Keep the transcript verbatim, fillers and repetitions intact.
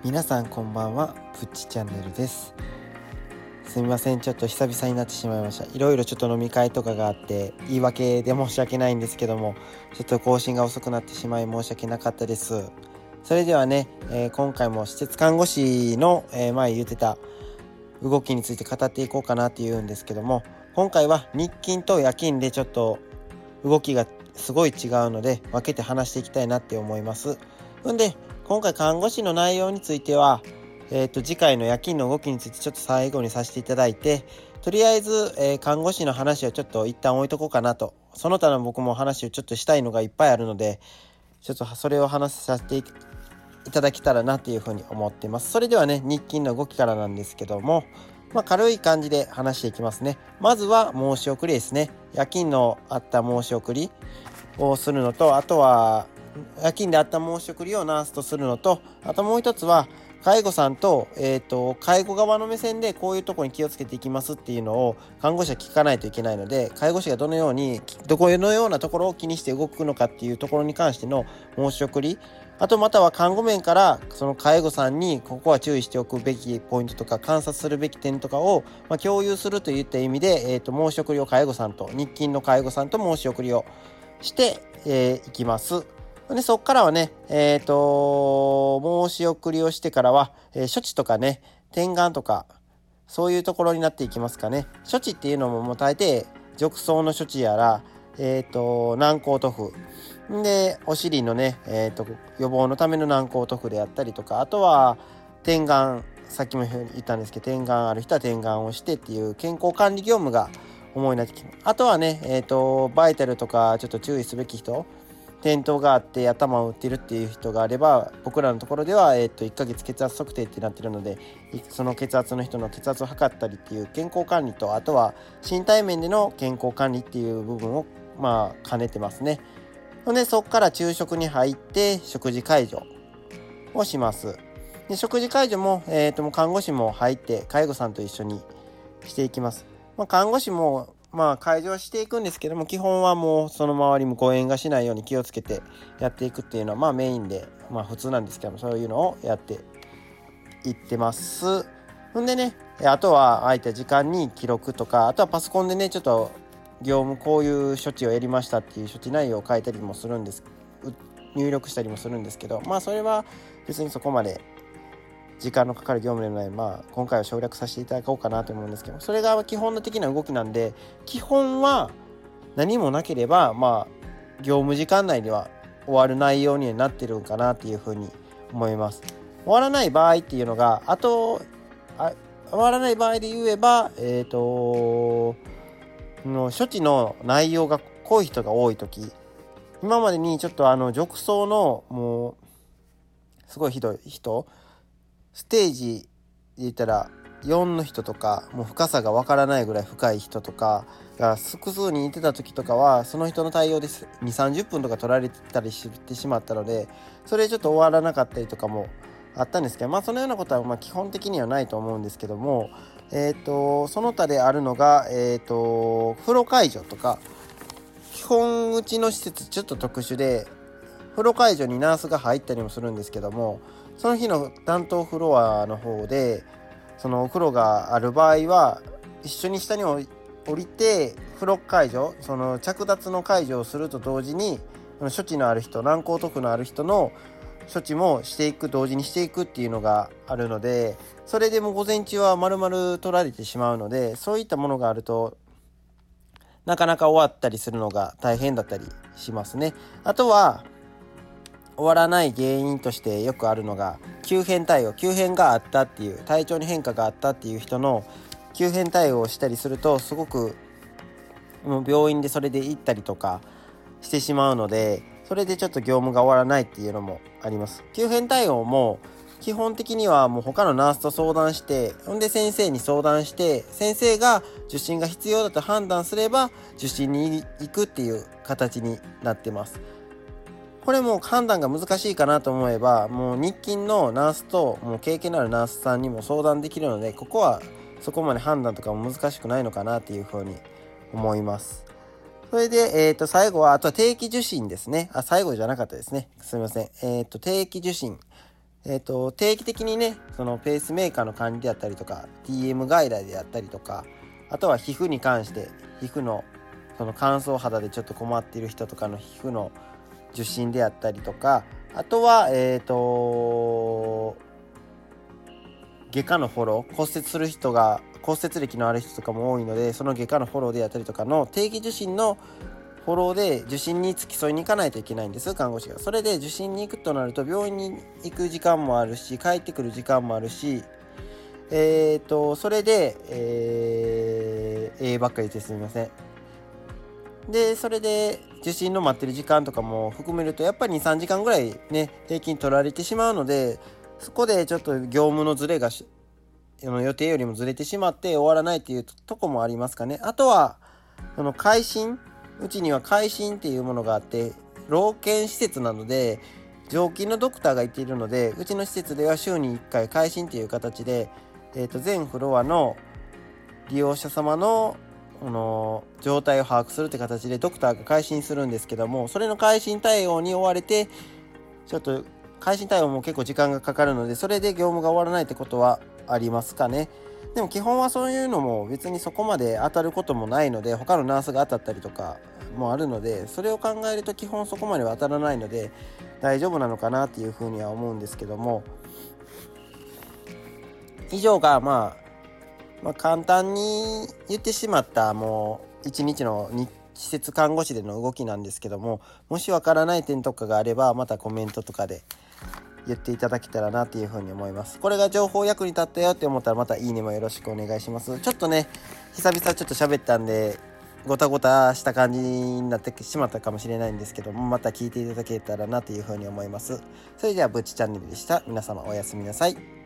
皆さんこんばんは、プッチチャンネルです。すみません、ちょっと久々になってしまいました。いろいろちょっと飲み会とかがあって言い訳で申し訳ないんですけども、ちょっと更新が遅くなってしまい申し訳なかったです。それではね、えー今回も施設看護師の、えー前言ってた動きについて語っていこうかなっていうんですけども、今回は日勤と夜勤でちょっと動きがすごい違うので分けて話していきたいなって思います。んで今回看護師の内容については、えー、と次回の夜勤の動きについてちょっと最後にさせていただいて、とりあえず、えー看護師の話はちょっと一旦置いとこうかなと。その他の僕も話をちょっとしたいのがいっぱいあるので、ちょっとそれを話させていただけたらなっていうふうに思っています。それではね、日勤の動きからなんですけども、まあ、軽い感じで話していきますね。まずは申し送りですね。夜勤のあった申し送りをするのと、あとは夜勤であった申し送りをナースとするのと、あともう一つは介護さんと、えーと、介護側の目線でこういうところに気をつけていきますっていうのを看護師は聞かないといけないので、介護士がどのようにどこのようなところを気にして動くのかっていうところに関しての申し送り、あとまたは看護面からその介護さんにここは注意しておくべきポイントとか観察するべき点とかを、まあ、共有するといった意味で、えーと、申し送りを介護さんと日勤の介護さんと申し送りをして、えー、いきます。でそこからはね、えーと、申し送りをしてからは、えー処置とかね、点眼とか、そういうところになっていきますかね。処置っていうのももう大抵、褥瘡の処置やら、えーと、軟膏塗布。で、お尻のね、えーと、予防のための軟膏塗布であったりとか、あとは、点眼、さっきも言ったんですけど、点眼ある人は点眼をしてっていう健康管理業務が主になってきます。あとはね、えーと、バイタルとかちょっと注意すべき人、転倒があって頭を打ってるっていう人があれば、僕らのところでは、えー、といっかげつ血圧測定ってなってるので、その血圧の人の血圧を測ったりっていう健康管理と、あとは身体面での健康管理っていう部分をまあ兼ねてますね。でそこから昼食に入って食事介助をします。で食事介助も、えー、ともう看護師も入って介護さんと一緒にしていきます。まあ、看護師もまあ介助はしていくんですけども、基本はもうその周りも誤嚥がしないように気をつけてやっていくっていうのはまあメインで、まあ普通なんですけども、そういうのをやっていってます。んでね、あとは空いた時間に記録とか、あとはパソコンでね、ちょっと業務こういう処置をやりましたっていう処置内容を書いたりもするんです、入力したりもするんですけど、まあそれは別にそこまで時間のかかる業務でもない、まあ今回は省略させていただこうかなと思うんですけど、それが基本的な動きなんで、基本は何もなければまあ業務時間内では終わる内容にはなってるんかなっていうふうに思います。終わらない場合っていうのが、あとあ終わらない場合で言えば、えっとの処置の内容が濃い人が多い時、今までにちょっとあの褥瘡のもうすごいひどい人、ステージで言ったらよんの人とか、もう深さがわからないぐらい深い人とかが複数人いてた時とかは、その人の対応でにじゅうさんじゅっぷんとか取られてたりしてしまったので、それちょっと終わらなかったりとかもあったんですけど、まあそのようなことはまあ基本的にはないと思うんですけども、えっとその他であるのが、えっと風呂介助とか、基本うちの施設ちょっと特殊で、風呂介助にナースが入ったりもするんですけども、その日の担当フロアの方でそのお風呂がある場合は一緒に下に降りて風呂介助、その着脱の介助をすると同時に、処置のある人、軟膏塗布のある人の処置もしていく、同時にしていくっていうのがあるので、それでも午前中は丸々取られてしまうので、そういったものがあるとなかなか終わったりするのが大変だったりしますね。あとは終わらない原因としてよくあるのが急変対応、急変があったっていう、体調に変化があったっていう人の急変対応をしたりすると、すごくもう病院でそれで行ったりとかしてしまうので、それでちょっと業務が終わらないっていうのもあります。急変対応も基本的にはもう他のナースと相談して、ほんで先生に相談して、先生が受診が必要だと判断すれば受診に行くっていう形になってます。これも判断が難しいかなと思えば、もう日勤のナースともう経験のあるナースさんにも相談できるので、ここはそこまで判断とかも難しくないのかなっていうふうに思います。それで、えーと、最後は、あとは定期受診ですね。あ、最後じゃなかったですね。すみません。えーと、定期受診。 えーと、定期的にね、そのペースメーカーの管理であったりとか ティーエム 外来であったりとか、あとは皮膚に関して皮膚のその乾燥肌でちょっと困っている人とかの皮膚の受診であったりとか、あとはえっと外科のフォロー、骨折する人が骨折歴のある人とかも多いので、その外科のフォローであったりとかの定期受診のフォローで受診に付き添いに行かないといけないんです、看護師が。それで受診に行くとなると病院に行く時間もあるし、帰ってくる時間もあるし、えっとそれでえー、えー、ばっかりですみません。でそれで受診の待ってる時間とかも含めるとやっぱり にさんじかんぐらいね平均取られてしまうので、そこでちょっと業務のズレが予定よりもずれてしまって終わらないっていうとこもありますかね。あとはその回診、うちには回診っていうものがあって、老健施設なので常勤のドクターがいているので、うちの施設では週にいっかい回診っていう形で、えー、と全フロアの利用者様のこの状態を把握するって形でドクターが回診するんですけども、それの回診対応に追われてちょっと回診対応も結構時間がかかるので、それで業務が終わらないってことはありますかね。でも基本はそういうのも別にそこまで当たることもないので、他のナースが当たったりとかもあるので、それを考えると基本そこまでは当たらないので大丈夫なのかなっていうふうには思うんですけども、以上がまあまあ、簡単に言ってしまったもう一日の施設看護師での動きなんですけども、もしわからない点とかがあればまたコメントとかで言っていただけたらなというふうに思います。これが情報役に立ったよって思ったらまたいいねもよろしくお願いします。ちょっとね久々ちょっと喋ったんでごたごたした感じになってしまったかもしれないんですけども、また聞いていただけたらなというふうに思います。それではぶっちチャンネルでした。皆様おやすみなさい。